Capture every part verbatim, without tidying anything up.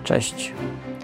Cześć.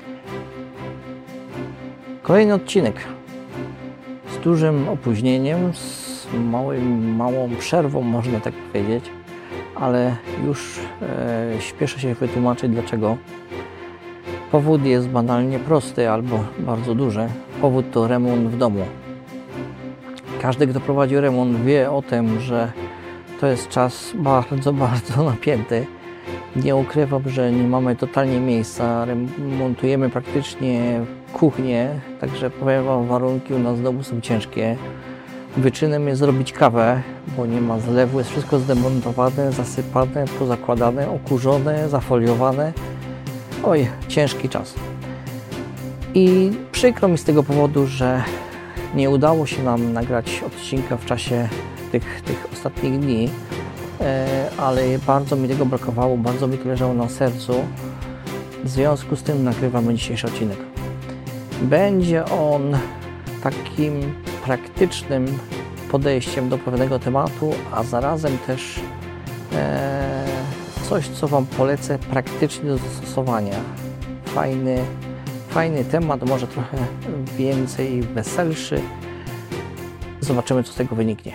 Kolejny odcinek z dużym opóźnieniem, z małym, małą przerwą, można tak powiedzieć, ale już e, śpieszę się wytłumaczyć dlaczego. Powód jest banalnie prosty albo bardzo duży. Powód to remont w domu. Każdy, kto prowadzi remont, wie o tym, że to jest czas bardzo, bardzo napięty. Nie ukrywam, że nie mamy totalnie miejsca. Remontujemy praktycznie kuchnię, także powiem Wam, warunki u nas w domu są ciężkie. Wyczynem jest zrobić kawę, bo nie ma zlewu, jest wszystko zdemontowane, zasypane, pozakładane, okurzone, zafoliowane. Oj, ciężki czas. I przykro mi z tego powodu, że nie udało się nam nagrać odcinka w czasie tych, tych ostatnich dni, ale bardzo mi tego brakowało, bardzo mi to leżało na sercu. W związku z tym nagrywamy dzisiejszy odcinek. Będzie on takim praktycznym podejściem do pewnego tematu, a zarazem też e, coś, co Wam polecę praktycznie do zastosowania. Fajny, fajny temat, może trochę więcej weselszy. Zobaczymy, co z tego wyniknie.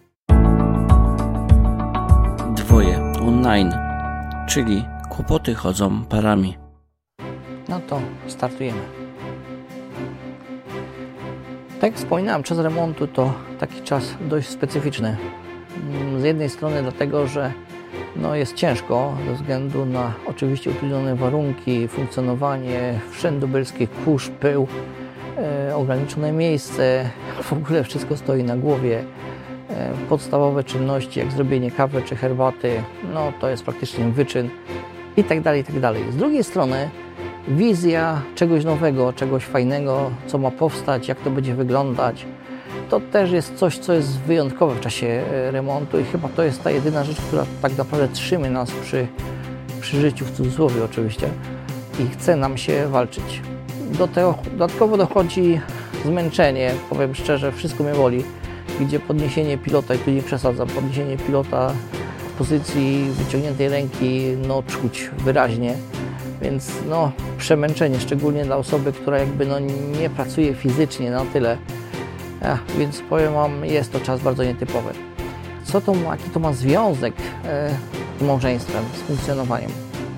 Dwoje online, czyli kłopoty chodzą parami. No to startujemy. Tak jak wspominałem, czas remontu to taki czas dość specyficzny. Z jednej strony dlatego, że no jest ciężko ze względu na oczywiście utrudnione warunki, funkcjonowanie, wszędobylski kurz, pył, e, ograniczone miejsce, w ogóle wszystko stoi na głowie. E, podstawowe czynności jak zrobienie kawy czy herbaty, no to jest praktycznie wyczyn i tak dalej, i tak dalej. Z drugiej strony wizja czegoś nowego, czegoś fajnego, co ma powstać, jak to będzie wyglądać, to też jest coś, co jest wyjątkowe w czasie remontu i chyba to jest ta jedyna rzecz, która tak naprawdę trzyma nas przy, przy życiu, w cudzysłowie oczywiście, i chce nam się walczyć. Do tego dodatkowo dochodzi zmęczenie, powiem szczerze, wszystko mnie boli, gdzie podniesienie pilota, i tu nie przesadzam, podniesienie pilota w pozycji wyciągniętej ręki, no czuć wyraźnie. Więc no, przemęczenie, szczególnie dla osoby, która jakby no, nie pracuje fizycznie na tyle. Ach, więc powiem Wam, jest to czas bardzo nietypowy. Co to ma, jaki to ma związek e, z małżeństwem, z funkcjonowaniem?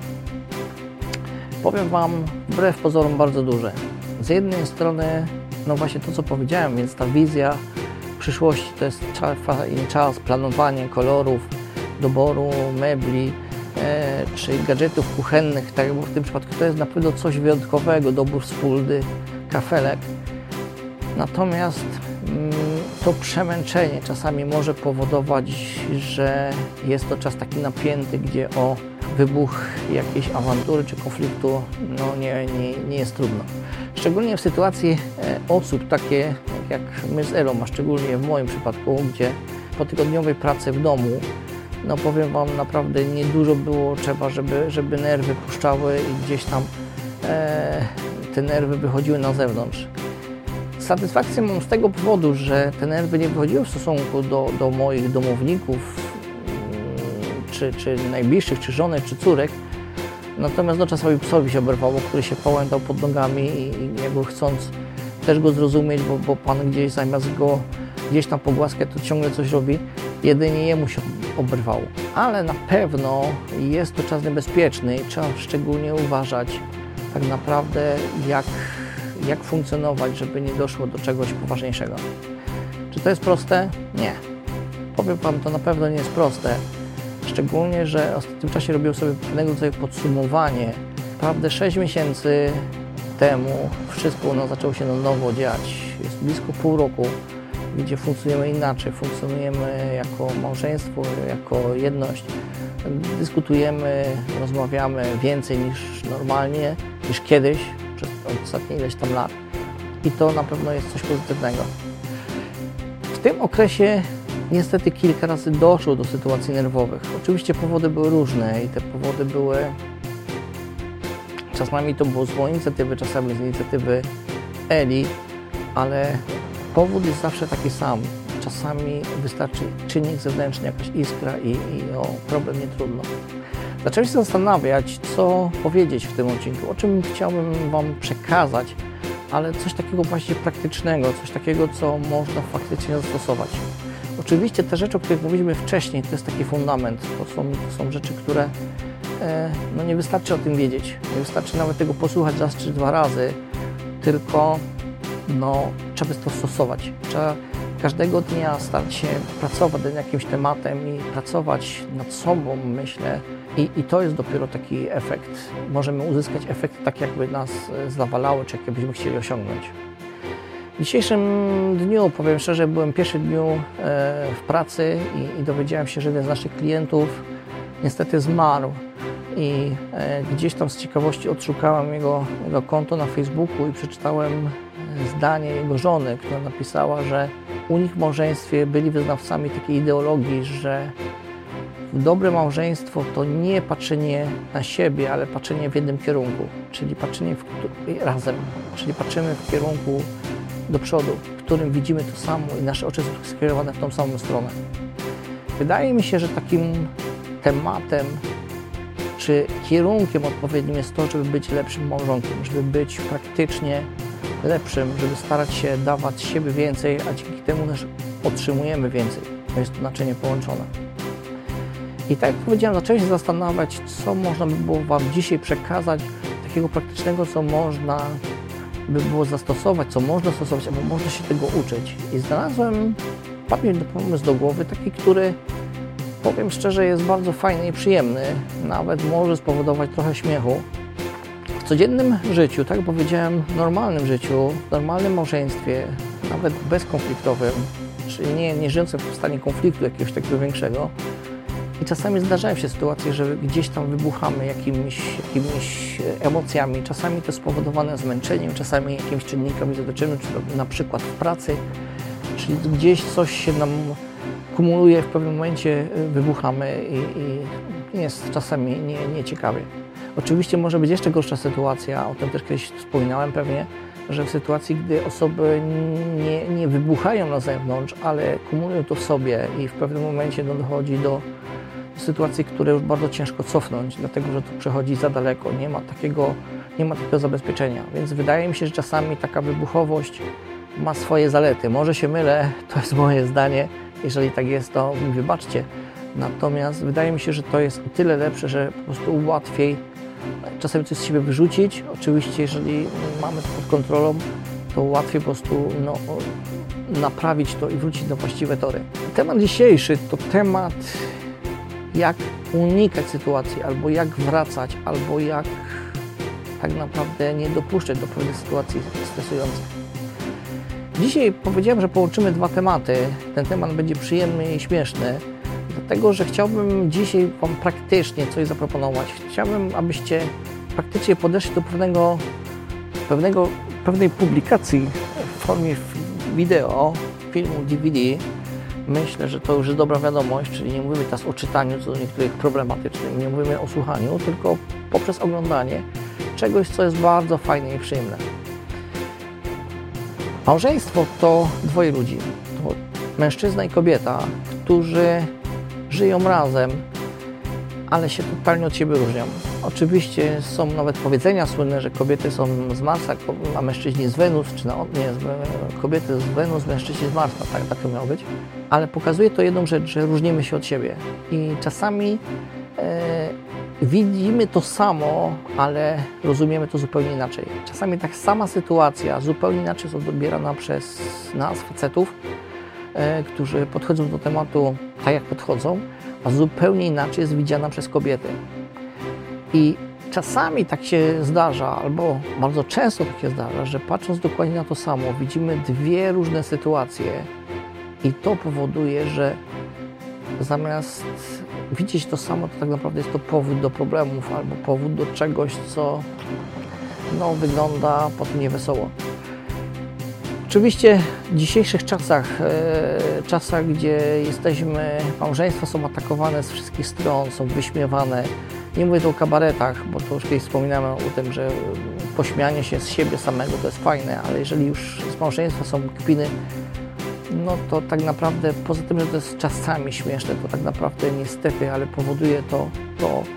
Powiem Wam, wbrew pozorom bardzo duże. Z jednej strony, no właśnie to, co powiedziałem, więc ta wizja przyszłości to jest czas, czas planowania kolorów, doboru mebli, E, czy gadżetów kuchennych, tak jak w tym przypadku, to jest na pewno coś wyjątkowego, dobór wspólny, kafelek. Natomiast mm, to przemęczenie czasami może powodować, że jest to czas taki napięty, gdzie o wybuch jakiejś awantury czy konfliktu no, nie, nie, nie jest trudno. Szczególnie w sytuacji e, osób takie jak my z Elą, a szczególnie w moim przypadku, gdzie po tygodniowej pracy w domu, no powiem Wam, naprawdę niedużo było trzeba, żeby, żeby nerwy puszczały i gdzieś tam e, te nerwy wychodziły na zewnątrz. Satysfakcję mam z tego powodu, że te nerwy nie wychodziły w stosunku do, do moich domowników, czy, czy najbliższych, czy żony, czy córek. Natomiast no, czasami psowi się oberwało, który się pałętał pod nogami i, i jakby chcąc też go zrozumieć, bo, bo Pan gdzieś zamiast go gdzieś tam pogłaskać, to ciągle coś robi. Jedynie jemu się oberwało. Ale na pewno jest to czas niebezpieczny i trzeba szczególnie uważać tak naprawdę jak, jak funkcjonować, żeby nie doszło do czegoś poważniejszego. Czy to jest proste? Nie. Powiem Wam, to na pewno nie jest proste. Szczególnie, że w ostatnim czasie robiłem sobie pewnego rodzaju podsumowanie. Naprawdę sześć miesięcy temu wszystko u nas zaczęło się na nowo dziać. Jest blisko pół roku, gdzie funkcjonujemy inaczej, funkcjonujemy jako małżeństwo, jako jedność, dyskutujemy, rozmawiamy więcej niż normalnie, niż kiedyś, przez ostatnie ileś tam lat. I to na pewno jest coś pozytywnego. W tym okresie niestety kilka razy doszło do sytuacji nerwowych. Oczywiście powody były różne i te powody były, czasami to było z mojej inicjatywy, czasami z inicjatywy Eli, ale powód jest zawsze taki sam. Czasami wystarczy czynnik zewnętrzny, jakaś iskra i, i o problem nie trudno. zacząłem się zastanawiać, co powiedzieć w tym odcinku, o czym chciałbym Wam przekazać, ale coś takiego właśnie praktycznego, coś takiego, co można faktycznie zastosować. Oczywiście te rzeczy, o których mówiliśmy wcześniej, to jest taki fundament, to są, to są rzeczy, które e, no nie wystarczy o tym wiedzieć, nie wystarczy nawet tego posłuchać raz czy dwa razy, tylko no, trzeba to stosować. Trzeba każdego dnia starać się pracować nad jakimś tematem i pracować nad sobą, myślę, i, i to jest dopiero taki efekt. Możemy uzyskać efekt tak, jakby nas zawalało, czy jakbyśmy chcieli osiągnąć. W dzisiejszym dniu, powiem szczerze, byłem pierwszy dniu e, w pracy i, i dowiedziałem się, że jeden z naszych klientów niestety zmarł. I e, gdzieś tam z ciekawości odszukałem jego, jego konto na Facebooku i przeczytałem zdanie jego żony, która napisała, że u nich w małżeństwie byli wyznawcami takiej ideologii, że dobre małżeństwo to nie patrzenie na siebie, ale patrzenie w jednym kierunku, czyli patrzenie w, razem, czyli patrzymy w kierunku do przodu, w którym widzimy to samo i nasze oczy są skierowane w tą samą stronę. Wydaje mi się, że takim tematem czy kierunkiem odpowiednim jest to, żeby być lepszym małżonkiem, żeby być praktycznie lepszym, żeby starać się dawać siebie więcej, a dzięki temu też otrzymujemy więcej. To jest to naczynie połączone. I tak jak powiedziałem, zacząłem się zastanawiać, co można by było Wam dzisiaj przekazać, takiego praktycznego, co można by było zastosować, co można stosować, albo można się tego uczyć. I znalazłem, padł mi pomysł do głowy, taki, który, powiem szczerze, jest bardzo fajny i przyjemny, nawet może spowodować trochę śmiechu. W codziennym życiu, tak jak powiedziałem, w normalnym życiu, w normalnym małżeństwie, nawet bezkonfliktowym, czyli nie, nie żyjącym w stanie konfliktu jakiegoś takiego większego, i czasami zdarzają się sytuacje, że gdzieś tam wybuchamy jakimiś, jakimiś emocjami, czasami to jest spowodowane zmęczeniem, czasami jakimiś czynnikami zewnętrznymi, czy na przykład w pracy, czyli gdzieś coś się nam kumuluje, w pewnym momencie wybuchamy i, i jest czasami nie, nieciekawie. Oczywiście może być jeszcze gorsza sytuacja, o tym też kiedyś wspominałem pewnie, że w sytuacji, gdy osoby nie, nie wybuchają na zewnątrz, ale kumulują to w sobie i w pewnym momencie dochodzi do sytuacji, które już bardzo ciężko cofnąć, dlatego że to przechodzi za daleko, nie ma takiego, nie ma takiego zabezpieczenia. Więc wydaje mi się, że czasami taka wybuchowość ma swoje zalety. Może się mylę, to jest moje zdanie, jeżeli tak jest, to mi wybaczcie. Natomiast wydaje mi się, że to jest o tyle lepsze, że po prostu łatwiej czasami coś z siebie wyrzucić. Oczywiście, jeżeli mamy to pod kontrolą, to łatwiej po prostu no, naprawić to i wrócić na właściwe tory. Temat dzisiejszy to temat, jak unikać sytuacji, albo jak wracać, albo jak tak naprawdę nie dopuszczać do pewnych sytuacji stresujących. Dzisiaj powiedziałem, że połączymy dwa tematy. Ten temat będzie przyjemny i śmieszny, dlatego że chciałbym dzisiaj Wam praktycznie coś zaproponować. Chciałbym, abyście praktycznie podeszli do pewnego, pewnego, pewnej publikacji w formie wideo, filmu D V D. Myślę, że to już jest dobra wiadomość, czyli nie mówimy teraz o czytaniu co do niektórych problematycznych, nie mówimy o słuchaniu, tylko poprzez oglądanie czegoś, co jest bardzo fajne i przyjemne. Małżeństwo to dwoje ludzi, to mężczyzna i kobieta, którzy żyją razem, ale się totalnie od siebie różnią. Oczywiście są nawet powiedzenia słynne, że kobiety są z Marsa, a mężczyźni z Wenus, czy na, nie, kobiety z Wenus, mężczyźni z Marsa, tak, tak to miało być. Ale pokazuje to jedną rzecz, że różnimy się od siebie i czasami e, widzimy to samo, ale rozumiemy to zupełnie inaczej. Czasami tak sama sytuacja zupełnie inaczej jest odbierana przez nas, facetów, e, którzy podchodzą do tematu tak, jak podchodzą, a zupełnie inaczej jest widziana przez kobiety. I czasami tak się zdarza, albo bardzo często tak się zdarza, że patrząc dokładnie na to samo, widzimy dwie różne sytuacje i to powoduje, że zamiast widzieć to samo, to tak naprawdę jest to powód do problemów albo powód do czegoś, co no, wygląda potem niewesoło. Oczywiście w dzisiejszych czasach, e, czasach, gdzie jesteśmy, małżeństwa są atakowane z wszystkich stron, są wyśmiewane. Nie mówię tu o kabaretach, bo to już kiedyś wspominałem o tym, że pośmianie się z siebie samego to jest fajne, ale jeżeli już z małżeństwa są kpiny, no to tak naprawdę, poza tym, że to jest czasami śmieszne, to tak naprawdę niestety, ale powoduje to, to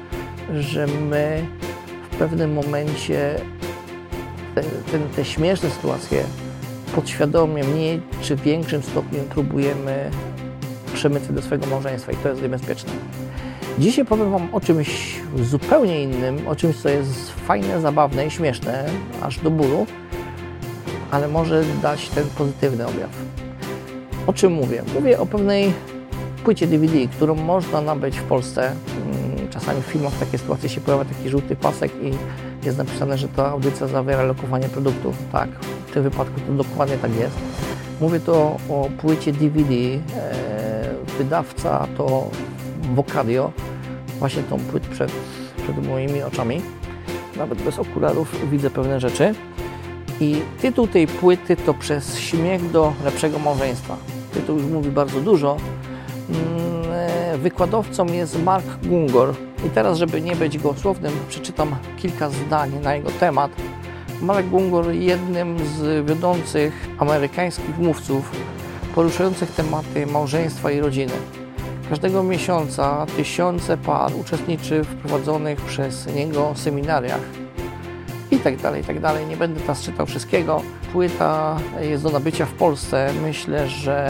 że my w pewnym momencie te, te, te śmieszne sytuacje podświadomie, mniej czy większym stopniu próbujemy przemycać do swojego małżeństwa i to jest niebezpieczne. Dzisiaj powiem Wam o czymś zupełnie innym, o czymś, co jest fajne, zabawne i śmieszne, aż do bólu, ale może dać ten pozytywny objaw. O czym mówię? Mówię o pewnej płycie D V D, którą można nabyć w Polsce. Czasami w filmach w takiej sytuacji się pojawia taki żółty pasek i jest napisane, że ta audycja zawiera lokowanie produktu. Tak, w tym wypadku to dokładnie tak jest. Mówię to o płycie D V D. Wydawca to Vocadio. Właśnie tą płytę przed, przed moimi oczami. Nawet bez okularów widzę pewne rzeczy. I tytuł tej płyty to Przez śmiech do lepszego małżeństwa. Tytuł już mówi bardzo dużo. Wykładowcą jest Mark Gungor. I teraz, żeby nie być gołosłownym, przeczytam kilka zdań na jego temat. Mark Gungor, jednym z wiodących amerykańskich mówców poruszających tematy małżeństwa i rodziny. Każdego miesiąca tysiące par uczestniczy w prowadzonych przez niego seminariach i tak dalej, i tak dalej. Nie będę teraz czytał wszystkiego. Płyta jest do nabycia w Polsce. Myślę, że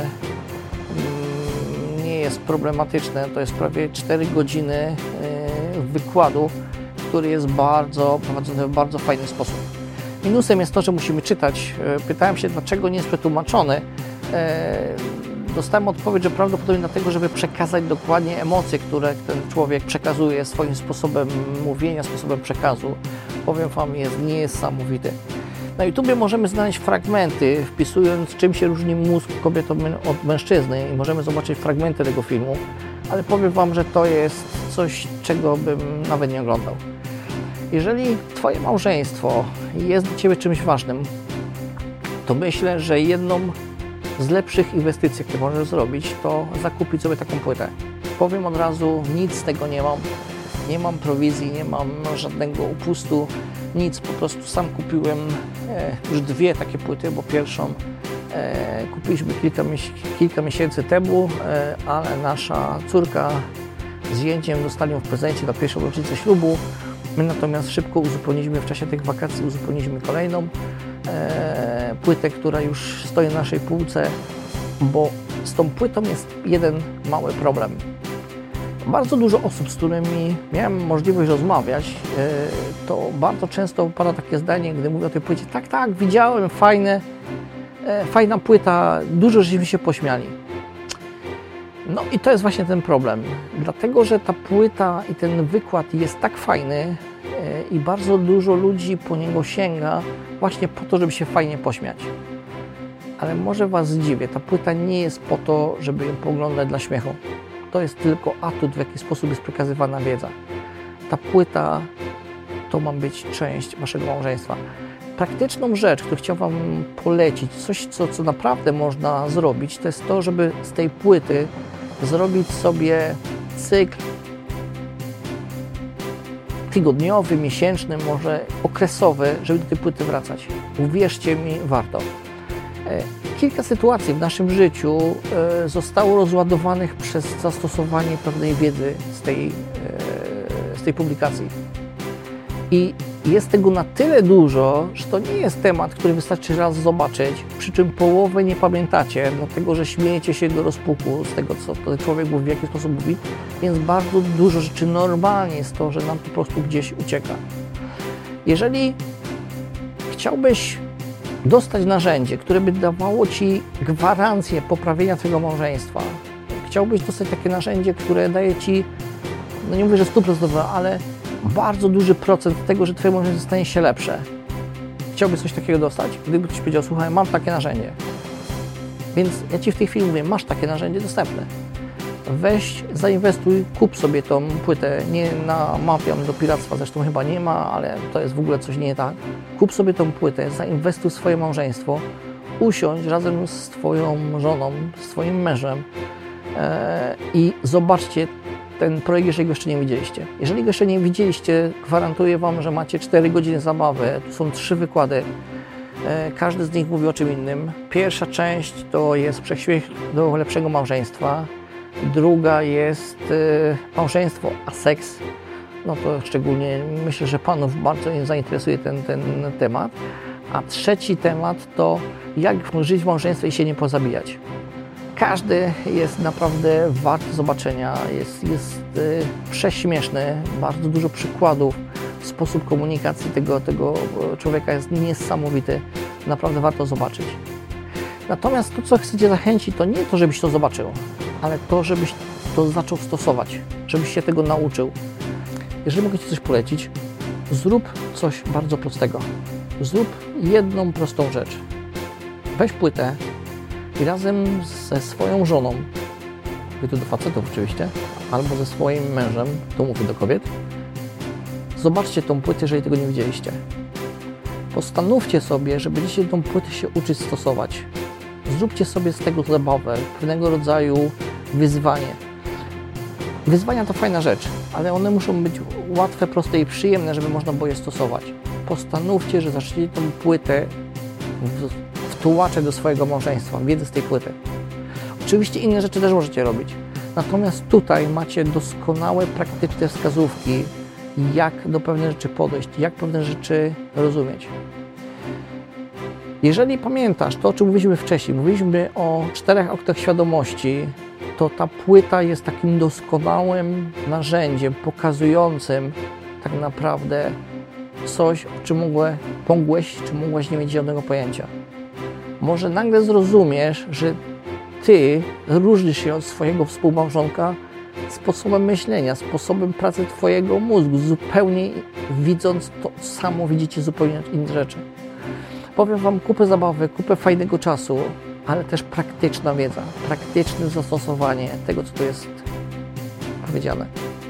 nie jest problematyczne. To jest prawie cztery godziny wykładu, który jest bardzo prowadzony w bardzo fajny sposób. Minusem jest to, że musimy czytać. Pytałem się, dlaczego nie jest przetłumaczony. Dostałem odpowiedź, że prawdopodobnie dlatego, żeby przekazać dokładnie emocje, które ten człowiek przekazuje swoim sposobem mówienia, sposobem przekazu. Powiem Wam, jest niesamowity. Na YouTubie możemy znaleźć fragmenty, wpisując, czym się różni mózg kobiety od mężczyzny i możemy zobaczyć fragmenty tego filmu, ale powiem Wam, że to jest coś, czego bym nawet nie oglądał. Jeżeli Twoje małżeństwo jest dla Ciebie czymś ważnym, to myślę, że jedną z lepszych inwestycji, jakie możesz zrobić, to zakupić sobie taką płytę. Powiem od razu, nic z tego nie mam. Nie mam prowizji, nie mam żadnego upustu, nic. Po prostu sam kupiłem e, już dwie takie płyty, bo pierwszą e, kupiliśmy kilka, kilka miesięcy temu, e, ale nasza córka z zięciem dostali ją w prezencie na pierwszą rocznicę ślubu. My natomiast szybko uzupełniliśmy w czasie tych wakacji, uzupełniliśmy kolejną e, płytę, która już stoi na naszej półce, bo z tą płytą jest jeden mały problem. Bardzo dużo osób, z którymi miałem możliwość rozmawiać, e, to bardzo często pada takie zdanie, gdy mówię o tej płycie, tak, tak, widziałem, fajne, e, fajna płyta, dużo żeśmy się pośmiali. No i to jest właśnie ten problem, dlatego że ta płyta i ten wykład jest tak fajny i bardzo dużo ludzi po niego sięga właśnie po to, żeby się fajnie pośmiać. Ale może Was zdziwię, ta płyta nie jest po to, żeby ją pooglądać dla śmiechu. To jest tylko atut, w jaki sposób jest przekazywana wiedza. Ta płyta to ma być część Waszego małżeństwa. Praktyczną rzecz, którą chciałbym Wam polecić, coś, co, co naprawdę można zrobić, to jest to, żeby z tej płyty zrobić sobie cykl tygodniowy, miesięczny, może okresowy, żeby do tej płyty wracać. Uwierzcie mi, warto. Kilka sytuacji w naszym życiu zostało rozładowanych przez zastosowanie pewnej wiedzy z tej, z tej publikacji. I jest tego na tyle dużo, że to nie jest temat, który wystarczy raz zobaczyć, przy czym połowę nie pamiętacie, dlatego że śmiejecie się do rozpuku z tego, co ten człowiek mówi, w jaki sposób mówi, więc bardzo dużo rzeczy normalnie jest to, że nam po prostu gdzieś ucieka. Jeżeli chciałbyś dostać narzędzie, które by dawało Ci gwarancję poprawienia Twojego małżeństwa, chciałbyś dostać takie narzędzie, które daje Ci, no nie mówię, że sto procent, ale bardzo duży procent tego, że Twoje małżeństwo stanie się lepsze. Chciałbyś coś takiego dostać? Gdyby ktoś powiedział, słuchaj, mam takie narzędzie. Więc ja Ci w tej chwili mówię, masz takie narzędzie dostępne. Weź, zainwestuj, kup sobie tą płytę. Nie namawiam do piractwa, zresztą chyba nie ma, ale to jest w ogóle coś nie tak. Kup sobie tą płytę, zainwestuj w swoje małżeństwo, usiądź razem z Twoją żoną, z Twoim mężem e, i zobaczcie ten projekt, jeżeli go jeszcze nie widzieliście. Jeżeli go jeszcze nie widzieliście, gwarantuję Wam, że macie cztery godziny zabawy. Tu są trzy wykłady. Każdy z nich mówi o czym innym. Pierwsza część to jest Prześmiech do lepszego małżeństwa. Druga jest Małżeństwo a seks. no to szczególnie myślę, że Panów bardzo nie zainteresuje ten, ten temat. A trzeci temat to jak żyć w małżeństwie i się nie pozabijać. Każdy jest naprawdę wart zobaczenia, jest, jest y, prześmieszny, bardzo dużo przykładów, sposób komunikacji tego, tego człowieka jest niesamowity, naprawdę warto zobaczyć. Natomiast to, co chcę Cię zachęcić, to nie to, żebyś to zobaczył, ale to, żebyś to zaczął stosować, żebyś się tego nauczył. Jeżeli mogę Ci coś polecić, zrób coś bardzo prostego. Zrób jedną prostą rzecz. Weź płytę i razem ze swoją żoną, mówię tu do facetów oczywiście, albo ze swoim mężem, to mówię do kobiet, zobaczcie tą płytę, jeżeli tego nie widzieliście. Postanówcie sobie, że będziecie tą płytę się uczyć stosować. Zróbcie sobie z tego zabawę, pewnego rodzaju wyzwanie. Wyzwania to fajna rzecz, ale one muszą być łatwe, proste i przyjemne, żeby można było je stosować. Postanówcie, że zaczniecie tą płytę wtłaczać do swojego małżeństwa, wiedzę z tej płyty. Oczywiście inne rzeczy też możecie robić. Natomiast tutaj macie doskonałe, praktyczne wskazówki, jak do pewnych rzeczy podejść, jak pewne rzeczy rozumieć. Jeżeli pamiętasz to, o czym mówiliśmy wcześniej, mówiliśmy o czterech aktach świadomości, to ta płyta jest takim doskonałym narzędziem pokazującym tak naprawdę coś, o czym mogłeś, czy mogłaś nie mieć żadnego pojęcia. Może nagle zrozumiesz, że Ty różnisz się od swojego współmałżonka sposobem myślenia, sposobem pracy Twojego mózgu, zupełnie widząc to samo, widzicie zupełnie inne rzeczy. Powiem Wam kupę zabawy, kupę fajnego czasu, ale też praktyczna wiedza, praktyczne zastosowanie tego, co tu jest powiedziane.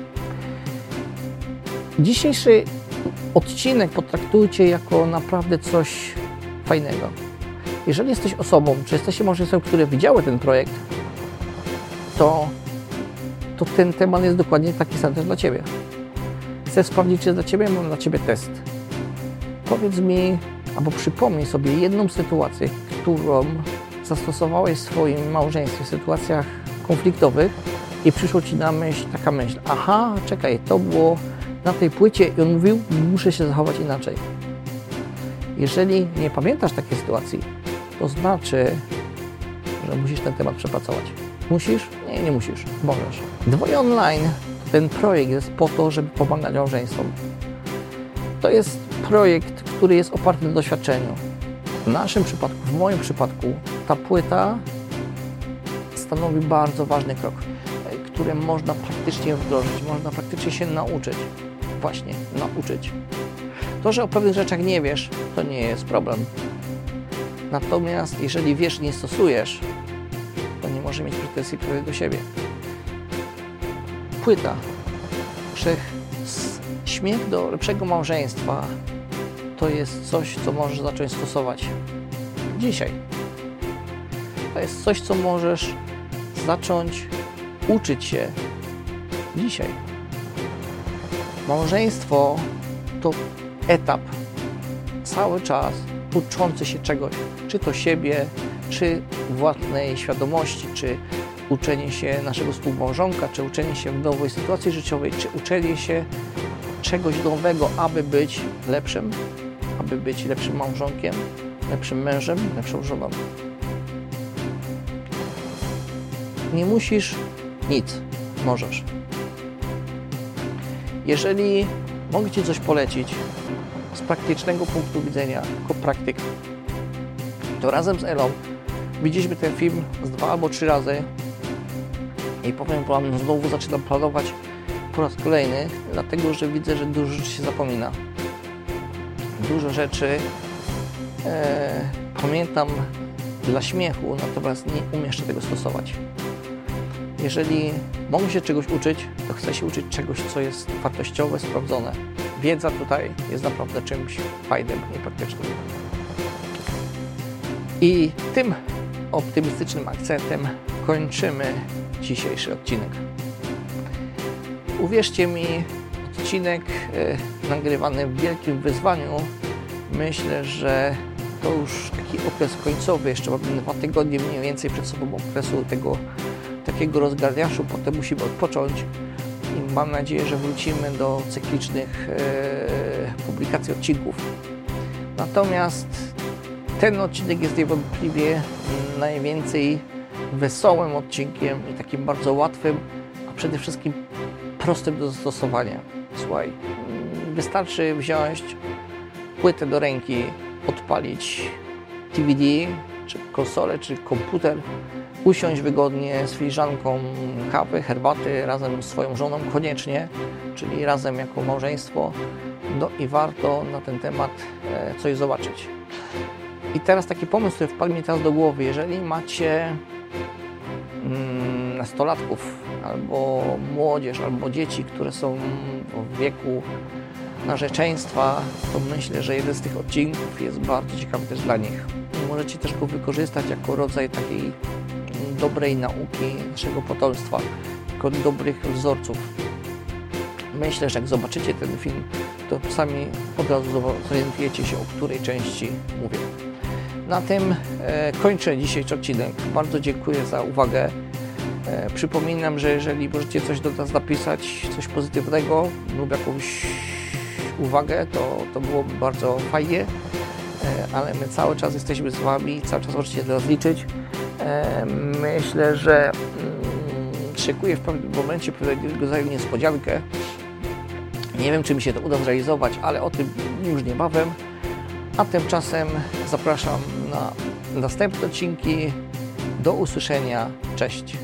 Dzisiejszy odcinek potraktujcie jako naprawdę coś fajnego. Jeżeli jesteś osobą, czy jesteście małżeństwem, które widziały ten projekt, to, to ten temat jest dokładnie taki sam też dla Ciebie. Chcę sprawdzić, czy jest dla Ciebie, mam dla Ciebie test. Powiedz mi, albo przypomnij sobie jedną sytuację, którą zastosowałeś w swoim małżeństwie, w sytuacjach konfliktowych i przyszło Ci na myśl taka myśl, aha, czekaj, to było na tej płycie i on mówił, muszę się zachować inaczej. Jeżeli nie pamiętasz takiej sytuacji, to znaczy, że musisz ten temat przepracować. Musisz? Nie, nie musisz. Możesz. Dwoje online, ten projekt jest po to, żeby pomagać małżeństwom. To jest projekt, który jest oparty na doświadczeniu. W naszym przypadku, w moim przypadku, ta płyta stanowi bardzo ważny krok, który można praktycznie wdrożyć, można praktycznie się nauczyć. Właśnie, nauczyć. To, że o pewnych rzeczach nie wiesz, to nie jest problem. Natomiast jeżeli wiesz i nie stosujesz, to nie może mieć pretensji do siebie. Płyta. Wszech śmiech do lepszego małżeństwa to jest coś, co możesz zacząć stosować dzisiaj. To jest coś, co możesz zacząć uczyć się dzisiaj. Małżeństwo to etap cały czas uczący się czegoś, czy to siebie, czy własnej świadomości, czy uczenie się naszego współmałżonka, czy uczenie się w nowej sytuacji życiowej, czy uczenie się czegoś nowego, aby być lepszym, aby być lepszym małżonkiem, lepszym mężem, lepszą żoną. Nie musisz nic, możesz. Jeżeli mogę Ci coś polecić z praktycznego punktu widzenia, jako praktyk, to razem z Elą widzieliśmy ten film z dwa albo trzy razy i powiem Wam, znowu zaczynam planować po raz kolejny, dlatego że widzę, że dużo rzeczy się zapomina. Dużo rzeczy e, pamiętam dla śmiechu, natomiast nie umieszczę tego stosować. Jeżeli mogę się czegoś uczyć, to chcę się uczyć czegoś, co jest wartościowe, sprawdzone. Wiedza tutaj jest naprawdę czymś fajnym i praktycznym. I tym optymistycznym akcentem kończymy dzisiejszy odcinek. Uwierzcie mi, odcinek y, nagrywany w wielkim wyzwaniu, myślę, że to już taki okres końcowy, jeszcze mamy dwa tygodnie mniej więcej przed sobą okresu tego takiego rozgarniaszu, potem musimy odpocząć i mam nadzieję, że wrócimy do cyklicznych e, publikacji odcinków. Natomiast ten odcinek jest niewątpliwie najwięcej wesołym odcinkiem i takim bardzo łatwym, a przede wszystkim prostym do zastosowania. Słuchaj, wystarczy wziąć płytę do ręki, odpalić D V D, czy konsolę, czy komputer, usiąść wygodnie z filiżanką kawy, herbaty, razem z swoją żoną koniecznie, czyli razem jako małżeństwo, no i warto na ten temat e, coś zobaczyć. I teraz taki pomysł, który wpadł mi teraz do głowy, jeżeli macie mm, nastolatków, albo młodzież, albo dzieci, które są w wieku narzeczeństwa, to myślę, że jeden z tych odcinków jest bardzo ciekawy też dla nich. I możecie też go wykorzystać jako rodzaj takiej dobrej nauki naszego potomstwa, jako dobrych wzorców. Myślę, że jak zobaczycie ten film, to sami od razu zorientujecie się, o której części mówię. Na tym e, kończę dzisiejszy odcinek. Bardzo dziękuję za uwagę. E, przypominam, że jeżeli możecie coś do nas napisać, coś pozytywnego lub jakąś uwagę, to, to byłoby bardzo fajnie, e, ale my cały czas jesteśmy z Wami, cały czas możecie do nas liczyć. E, myślę, że mm, szykuję w pewnym momencie pewnego rodzaju niespodziankę. Nie wiem, czy mi się to uda zrealizować, ale o tym już niebawem. A tymczasem zapraszam na następne odcinki. Do usłyszenia. Cześć.